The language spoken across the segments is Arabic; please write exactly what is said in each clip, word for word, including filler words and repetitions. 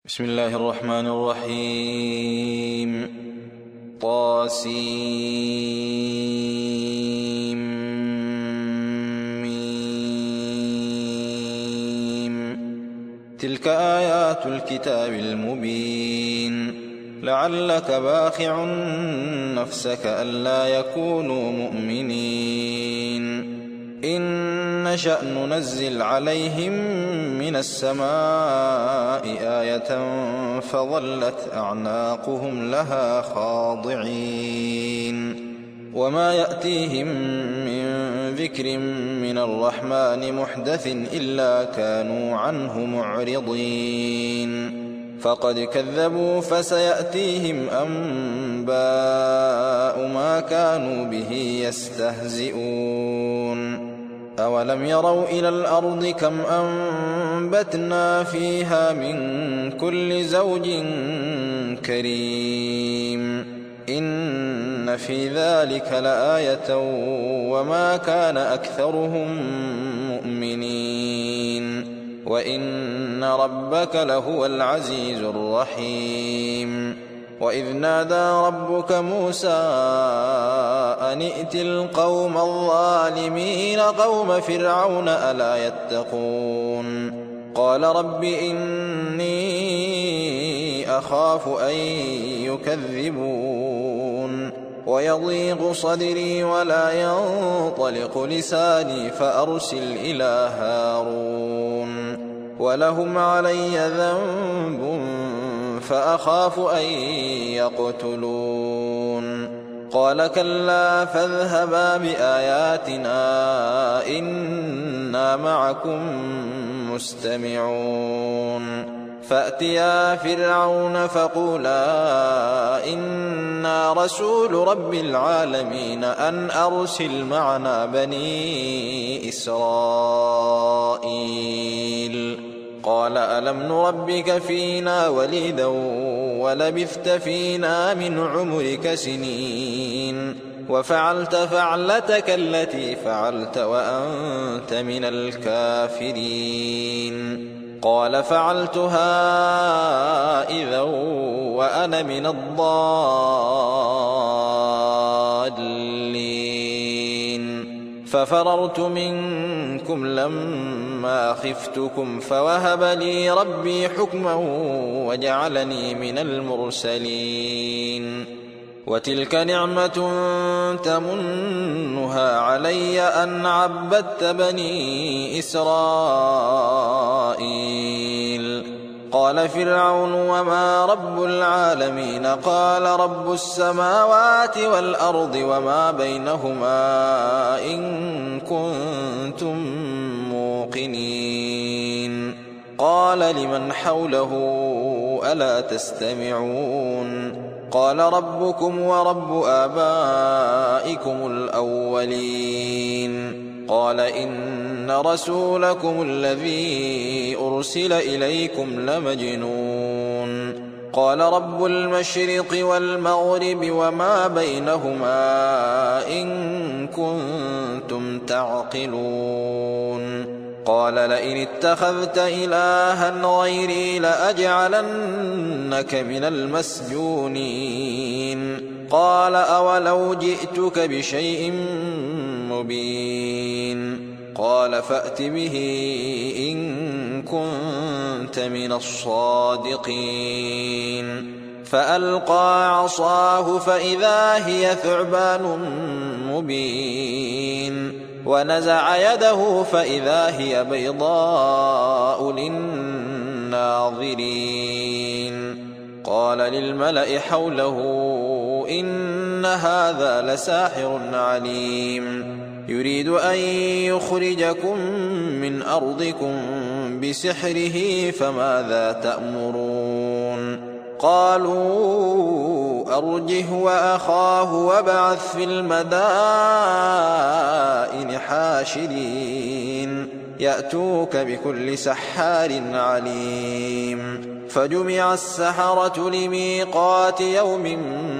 بسم الله الرحمن الرحيم. طاسيم ميم. تلك آيات الكتاب المبين. لعلك باخع نفسك ألا يكونوا مؤمنين. إن نشأ ننزل عليهم من السماء آية فظلت أعناقهم لها خاضعين. وما يأتيهم من ذكر من الرحمن محدث إلا كانوا عنه معرضين. فقد كذبوا فسيأتيهم أنباء ما كانوا به يستهزئون. أولم يروا إلى الأرض كم أنبتنا فيها من كل زوج كريم. إن في ذلك لآية وما كان أكثرهم مؤمنين. وإن ربك لهو العزيز الرحيم. وإذ نادى ربك موسى أن ائت القوم الظالمين قوم فرعون ألا يتقون. قال رب إني أخاف أن يكذبون ويضيق صدري ولا ينطلق لساني فأرسل إلى هارون ولهم علي ذنب فأخاف أن يقتلون. قال كلا فاذهبا بآياتنا إنا معكم مستمعون. فأتيا فرعون فقولا إنا رسول رب العالمين أن أرسل معنا بني إسرائيل. قال ألم نربك فينا وليدا ولبثت فينا من عمرك سنين وفعلت فعلتك التي فعلت وأنت من الكافرين. قال فعلتها إذا وأنا من الضالين. ففررت منكم لما خفتكم فوهب لي ربي حكما وجعلني من المرسلين. وتلك نعمة تمنها علي أن عبدت بني إسرائيل. قال فرعون وما رب العالمين. قال رب السماوات والأرض وما بينهما إن كنتم موقنين. قال لمن حوله ألا تستمعون. قال ربكم ورب آبائكم الأولين. قال إن رسولكم الذي أرسل إليكم لمجنون. قال رب المشرق والمغرب وما بينهما إن كنتم تعقلون. قال لئن اتخذت إلها غيري لأجعلنك من المسجونين. قال أولو جئتك بشيء مبين. قال فأت به إن كنت من الصادقين. فألقى عصاه فإذا هي ثعبان مبين. ونزع يده فإذا هي بيضاء للناظرين. قال للملأ حوله إن هذا لساحر عليم يريد أن يخرجكم من أرضكم بسحره فماذا تأمرون. قالوا أرجه وأخاه وابعث في المدائن حاشرين يأتوك بكل سحار عليم. فجمع السحرة لميقات يوم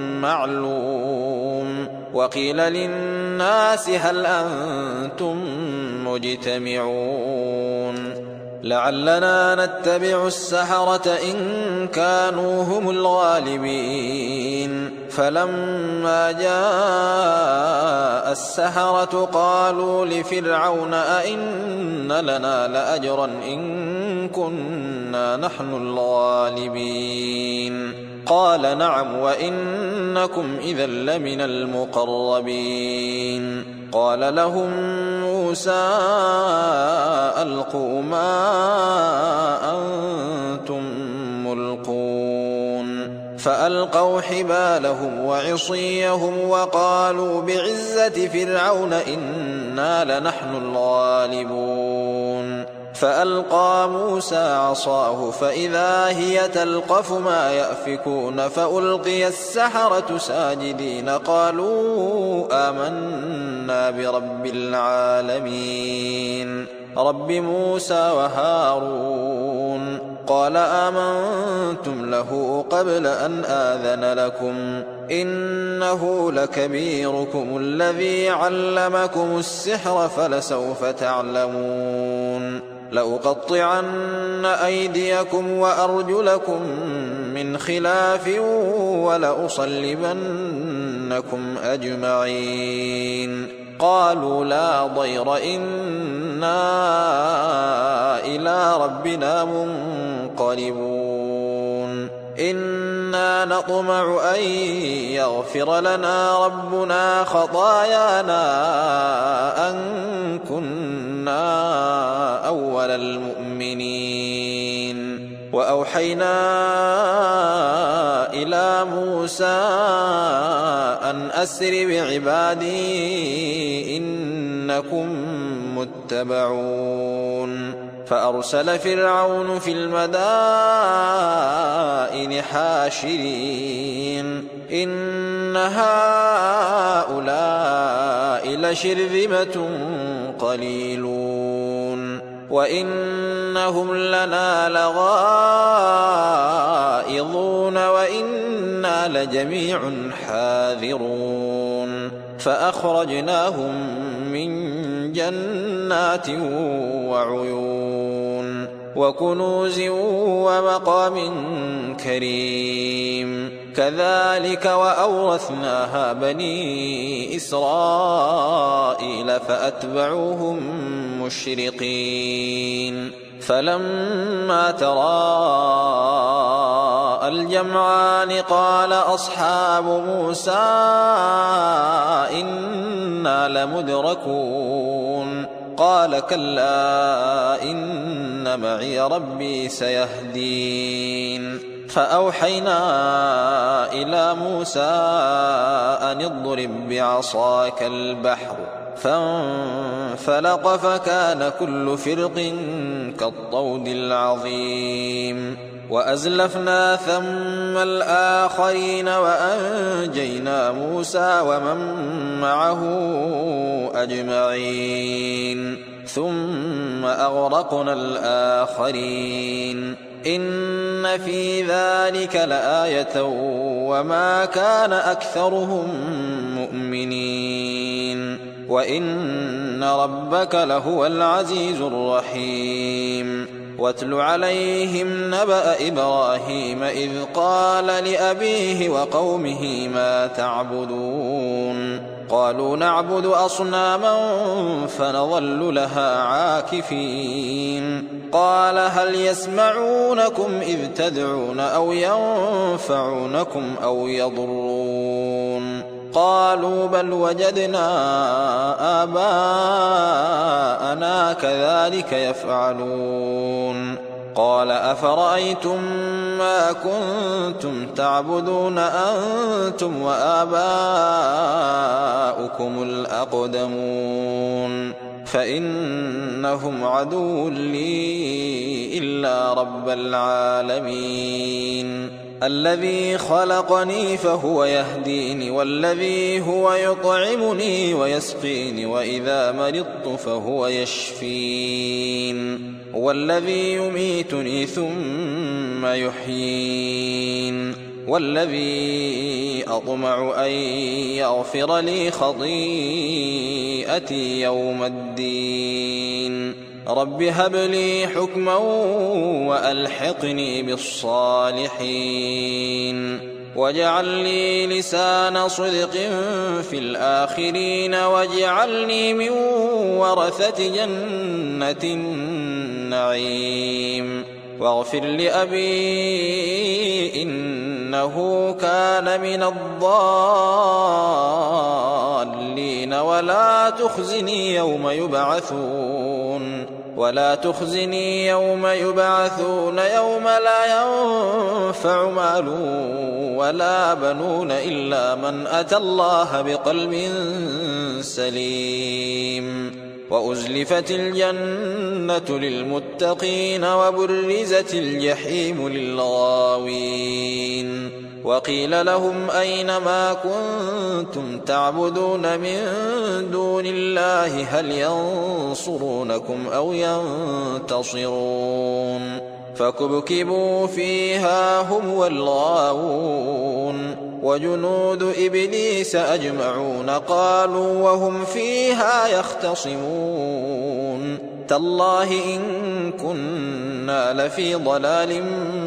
معلوم. وقيل للناس هل أنتم مجتمعون. لعلنا نتبع السحرة إن كانوا هم الغالبين فلما جاء السحرة قالوا لفرعون أئن لنا لأجرا إن كنا نحن الغالبين قال نعم وإنكم إذا لمن المقربين قال لهم موسى ألقوا ما أنتم ملقون فألقوا حبالهم وعصيهم وقالوا بعزة فرعون إنا لنحن الغالبون فألقى موسى عصاه فإذا هي تلقف ما يأفكون فألقي السحرة ساجدين قالوا آمنا برب العالمين رب موسى وهارون قال آمنتم له قبل أن آذن لكم إنه لكبيركم الذي علمكم السحر فلسوف تعلمون لأقطعن أيديكم وأرجلكم من خلاف ولأصلبنكم أجمعين قالوا لا ضير إنا إلى ربنا منقلبون إنا نطمع أن يغفر لنا ربنا خطايانا أن كنا أول المؤمنين وأوحينا إلى موسى أن أسر بعبادي إنكم متبعون فأرسل فرعون في المدائن حاشرين إن هؤلاء لشرذمة قليلون وإنهم لنا لغائظون وإنا لجميع حاذرون فأخرجناهم من جنات وعيون وكنوز ومقام كريم كذلك وأورثناها بني إسرائيل فأتبعوهم مشرقين فلما تراءى الجمعان قال أصحاب موسى إنا لمدركون قال كلا إن معي ربي سيهدين فأوحينا إلى موسى أن اضرب بعصاك البحر فانفلق فكان كل فرق كالطود العظيم وأزلفنا ثم الآخرين وأنجينا موسى ومن معه أجمعين ثم أغرقنا الآخرين إن في ذلك لآية وما كان أكثرهم مؤمنين وإن ربك لهو العزيز الرحيم واتل عليهم نبأ إبراهيم إذ قال لأبيه وقومه ما تعبدون قالوا نعبد أصناما فنظل لها عاكفين قال هل يسمعونكم إذ تدعون أو ينفعونكم أو يضرون قالوا بل وجدنا آباءنا كذلك يفعلون قال أفرأيتم ما كنتم تعبدون أنتم وآباؤكم الأقدمون فإنهم عدو لي إلا رب العالمين الذي خلقني فهو يهديني والذي هو يطعمني ويسقيني وإذا مرضت فهو يشفين والذي يميتني ثم يحيين والذي أطمع أن يغفر لي خطيئتي يوم الدين رب هب لي حكما وألحقني بالصالحين واجعل لي لسان صدق في الآخرين واجعلني من ورثة جنة النعيم واغفر لأبي إنه كان من الضالين ولا تخزني يوم يبعثون ولا تخزني يوم يبعثون يوم لا ينفع مال ولا بنون إلا من أتى الله بقلب سليم وأزلفت الجنة للمتقين وبرزت الجحيم للغاوين وقيل لهم أين ما كنتم تعبدون من دون الله هل ينصرونكم أو ينتصرون فكبكبوا فيها هم والغاوون وجنود إبليس أجمعون قالوا وهم فيها يختصمون تالله إن كنا لفي ضلال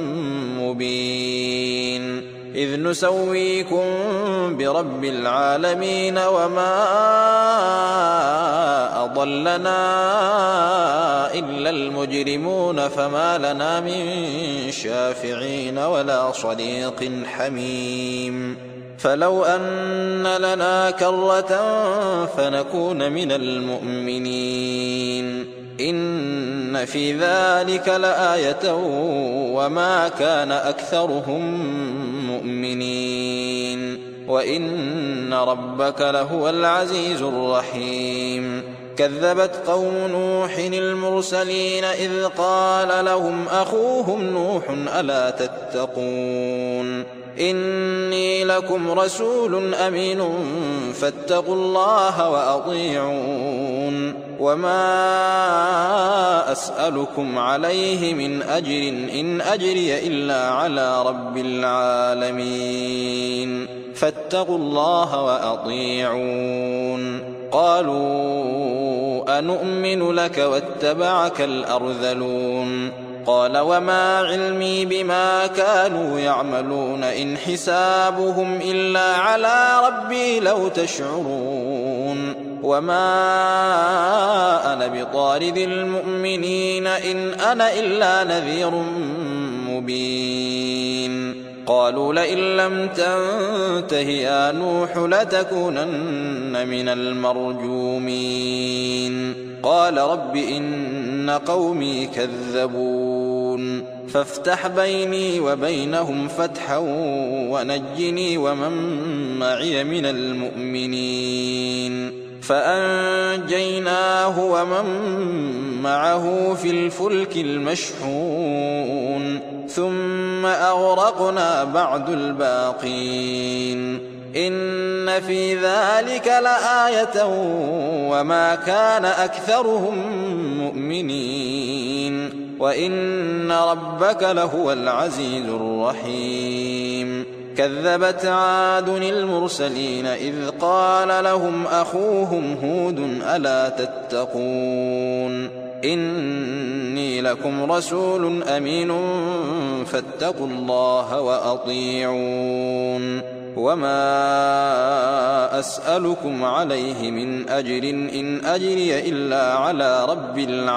مبين إذ نسويكم برب العالمين وما أضلنا إلا المجرمون فما لنا من شافعين ولا صديق حميم فلو أن لنا كرة فنكون من المؤمنين إن في ذلك لآية وما كان أكثرهم مؤمنين وإن ربك لهو العزيز الرحيم كذبت قوم نوح المرسلين إذ قال لهم أخوهم نوح ألا تتقون إني لكم رسول أمين فاتقوا الله وأطيعون وما أسألكم عليه من أجر إن أجري إلا على رب العالمين فاتقوا الله وأطيعون قالوا أنؤمن لك واتبعك الأرذلون قال وما علمي بما كانوا يعملون إن حسابهم إلا على ربي لو تشعرون وما أنا بطارد المؤمنين إن أنا إلا نذير مبين قالوا لئن لم تنته يا نوح لتكونن من المرجومين قال رب إن قومي كذبون فافتح بيني وبينهم فتحا ونجني ومن معي من المؤمنين فأنجيناه ومن معه في الفلك المشحون ثم أغرقنا بعد الباقين إن في ذلك لآية وما كان أكثرهم مؤمنين وإن ربك لهو العزيز الرحيم كذبت عاد المرسلين إذ قال لهم أخوهم هود ألا تتقون إني لكم رسول أمين فاتقوا الله وأطيعون وما أسألكم عليه من أجر إن أجري إلا على رب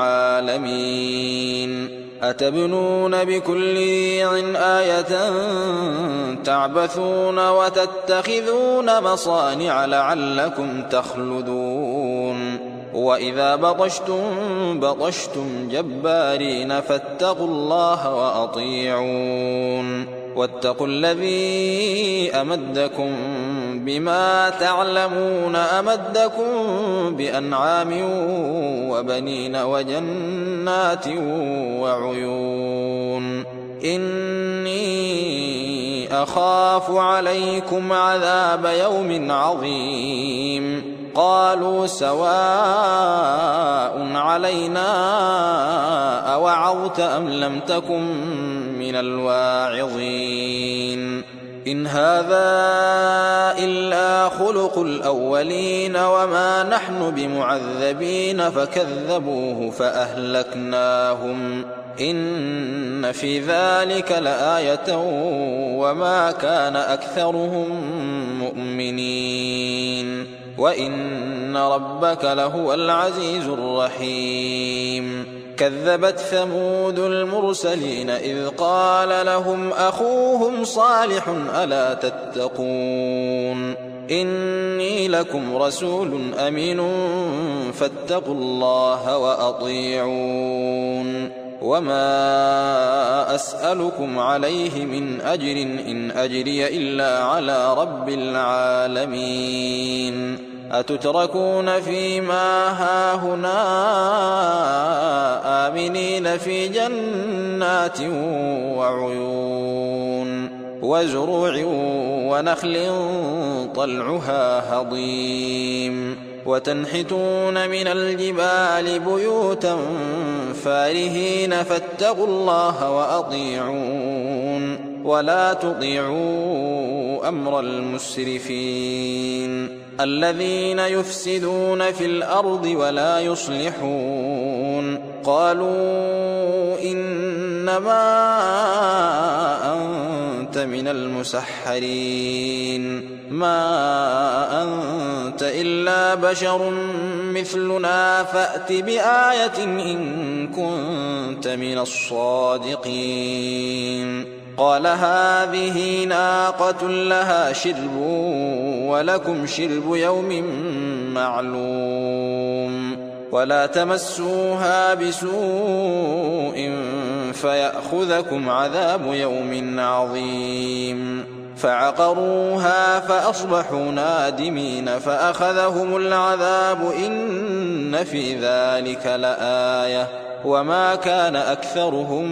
العالمين أتبنون بكل ريع آية تعبثون وتتخذون مصانع لعلكم تخلدون وإذا بطشتم بطشتم جبارين فاتقوا الله وأطيعون واتقوا الذي أمدكم بما تعلمون أمدكم بأنعام وبنين وجنات وعيون إني أخاف عليكم عذاب يوم عظيم قالوا سواء علينا أوعظت أم لم تكن من الواعظين إن هذا إلا خلق الأولين وما نحن بمعذبين فكذبوه فأهلكناهم إن في ذلك لآية وما كان أكثرهم مؤمنين وإن ربك لهو العزيز الرحيم. كذبت ثمود المرسلين إذ قال لهم أخوهم صالح ألا تتقون إني لكم رسول أمين فاتقوا الله وأطيعون وما أسألكم عليه من أجر إن أجري إلا على رب العالمين. أتتركون فيما هاهنا آمنين في جنات وعيون وزروع ونخل طلعها هضيم وتنحتون من الجبال بيوتا فارهين فاتقوا الله وأطيعون ولا تطيعوا أمر المسرفين الذين يفسدون في الأرض ولا يصلحون. قالوا إنما أنت من المسحرين ما أنت إلا بشر مثلنا فأت بآية إن كنت من الصادقين. قال هذه ناقة لها شرب ولكم شرب يوم معلوم ولا تمسوها بسوء فيأخذكم عذاب يوم عظيم. فعقروها فأصبحوا نادمين فأخذهم العذاب إن في ذلك لآية وما كان أكثرهم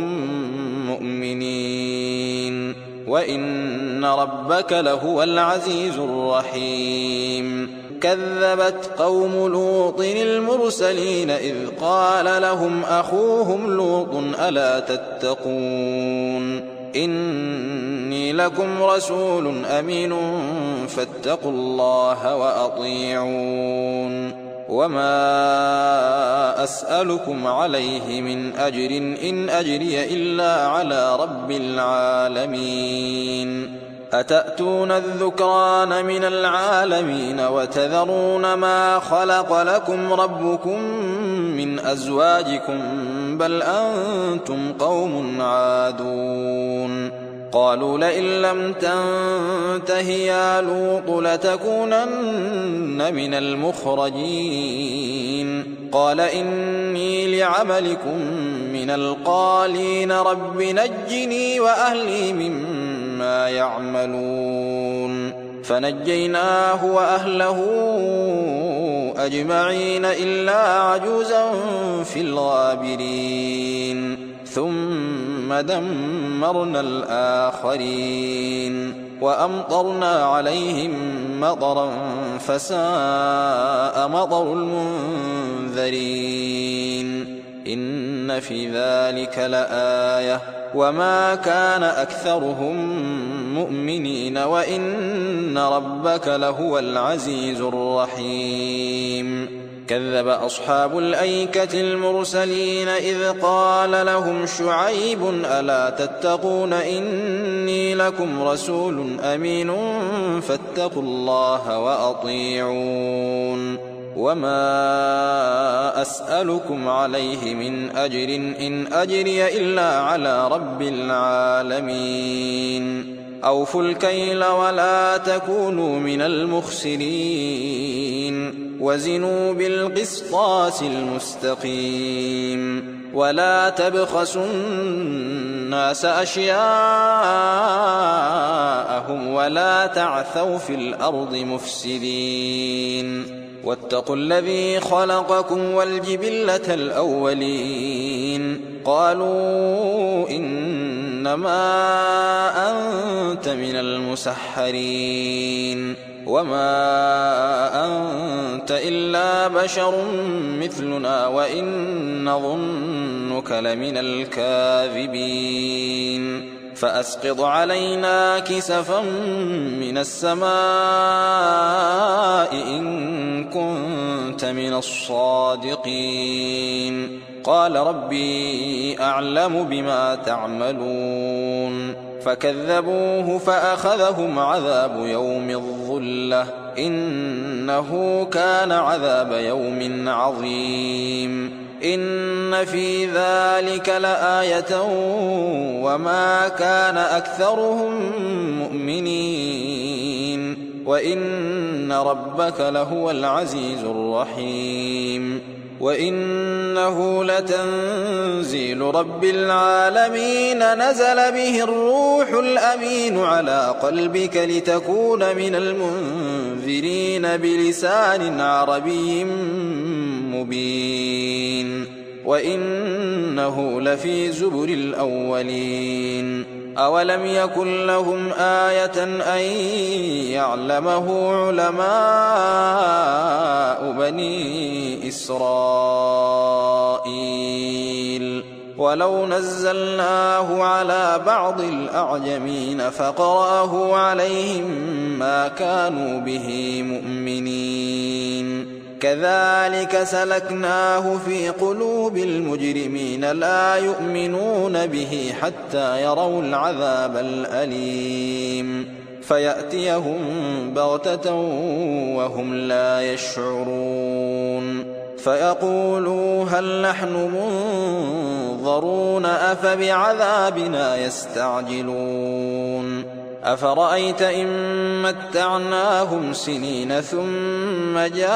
مؤمنين وإن ربك لهو العزيز الرحيم. كذبت قوم لوط المرسلين إذ قال لهم أخوهم لوط ألا تتقون إني لكم رسول أمين فاتقوا الله وأطيعون وما أسألكم عليه من أجر إن أجري إلا على رب العالمين. أتأتون الذكران من العالمين وتذرون ما خلق لكم ربكم من أزواجكم بل أنتم قوم عادون. قالوا لئن لم تنته يا لوط لتكونن من المخرجين. قال إني لعملكم من القالين رب نجني وأهلي مما يعملون. فنجيناه وأهله أجمعين إلا عجوزا في الغابرين ثم دمرنا الآخرين وأمطرنا عليهم مطرا فساء مطر المنذرين. إن في ذلك لآية وما كان أكثرهم مؤمنين وإن ربك لهو العزيز الرحيم. كذب أصحاب الأيكة المرسلين إذ قال لهم شعيب ألا تتقون إني لكم رسول أمين فاتقوا الله وأطيعون وما أسألكم عليه من أجر إن أجري إلا على رب العالمين. أوفوا الكيل ولا تكونوا من المخسرين وزنوا بالقسطاس المستقيم ولا تبخسوا الناس أشياءهم ولا تعثوا في الأرض مفسدين. واتقوا الذي خلقكم والجبلة الأولين. قالوا إنما أنت من المسحرين وما أنت إلا بشر مثلنا وإن نظنك لمن الكاذبين. فأسقط علينا كسفا من السماء إن كنت من الصادقين قال ربي أعلم بما تعملون فكذبوه فأخذهم عذاب يوم الظلة إنه كان عذاب يوم عظيم إن في ذلك لآية وما كان أكثرهم مؤمنين وإن ربك لهو العزيز الرحيم وإنه لتنزيل رب العالمين نزل به الروح الأمين على قلبك لتكون من المنذرين بلسان عربي مبين وإنه لفي زبر الأولين أولم يكن لهم آية أن يعلمه علماء بني إسرائيل ولو نزلناه على بعض الأعجمين فقرأه عليهم ما كانوا به مؤمنين كذلك سلكناه في قلوب المجرمين لا يؤمنون به حتى يروا العذاب الأليم فيأتيهم بغتة وهم لا يشعرون فيقولوا هل نحن منظرون أفبعذابنا يستعجلون أفرأيت إن متعناهم سنين ثم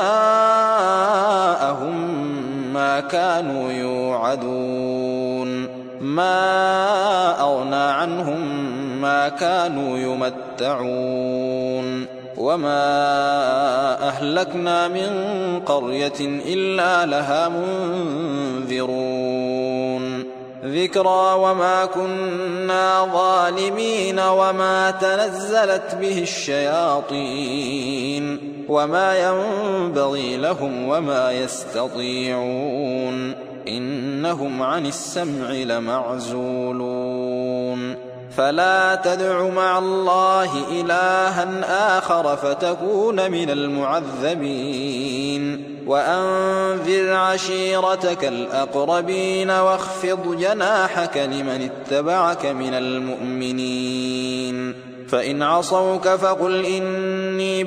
جاءهم ما كانوا يوعدون ما أغنى عنهم ما كانوا يمتعون وما أهلكنا من قرية إلا لها منذرون ذكرى وما كنا ظالمين وما تنزلت به الشياطين وما ينبغي لهم وما يستطيعون إنهم عن السمع لمعزولون فلا تدع مع الله إلها آخر فتكون من المعذبين وأنذر عشيرتك الأقربين واخفض جناحك لمن اتبعك من المؤمنين فإن عصوك فقل إني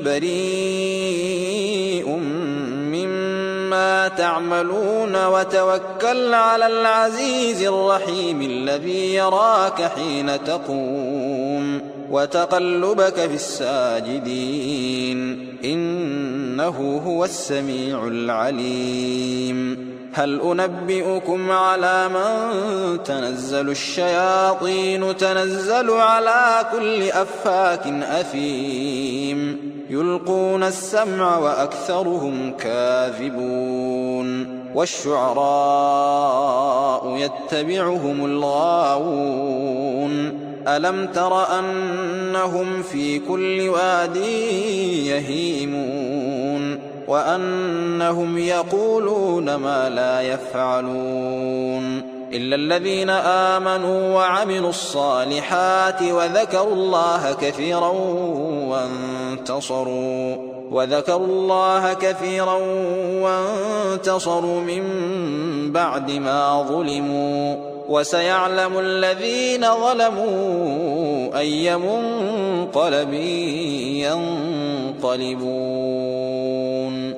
بريء مما تعملون وتوكل على العزيز الرحيم الذي يراك حين تقوم وتقلبك في الساجدين إنه هو السميع العليم هل أنبئكم على من تنزل الشياطين تنزل على كل أفاك أثيم يلقون السمع وأكثرهم كاذبون والشعراء يتبعهم الغاوون ألم تر أنهم في كل واد يهيمون وأنهم يقولون ما لا يفعلون إلا الذين آمنوا وعملوا الصالحات وذكروا الله كثيرا وانتصروا وذكروا الله كثيرا وانتصروا من بعد ما ظلموا وسيعلم الذين ظلموا أي منقلب ينقلبون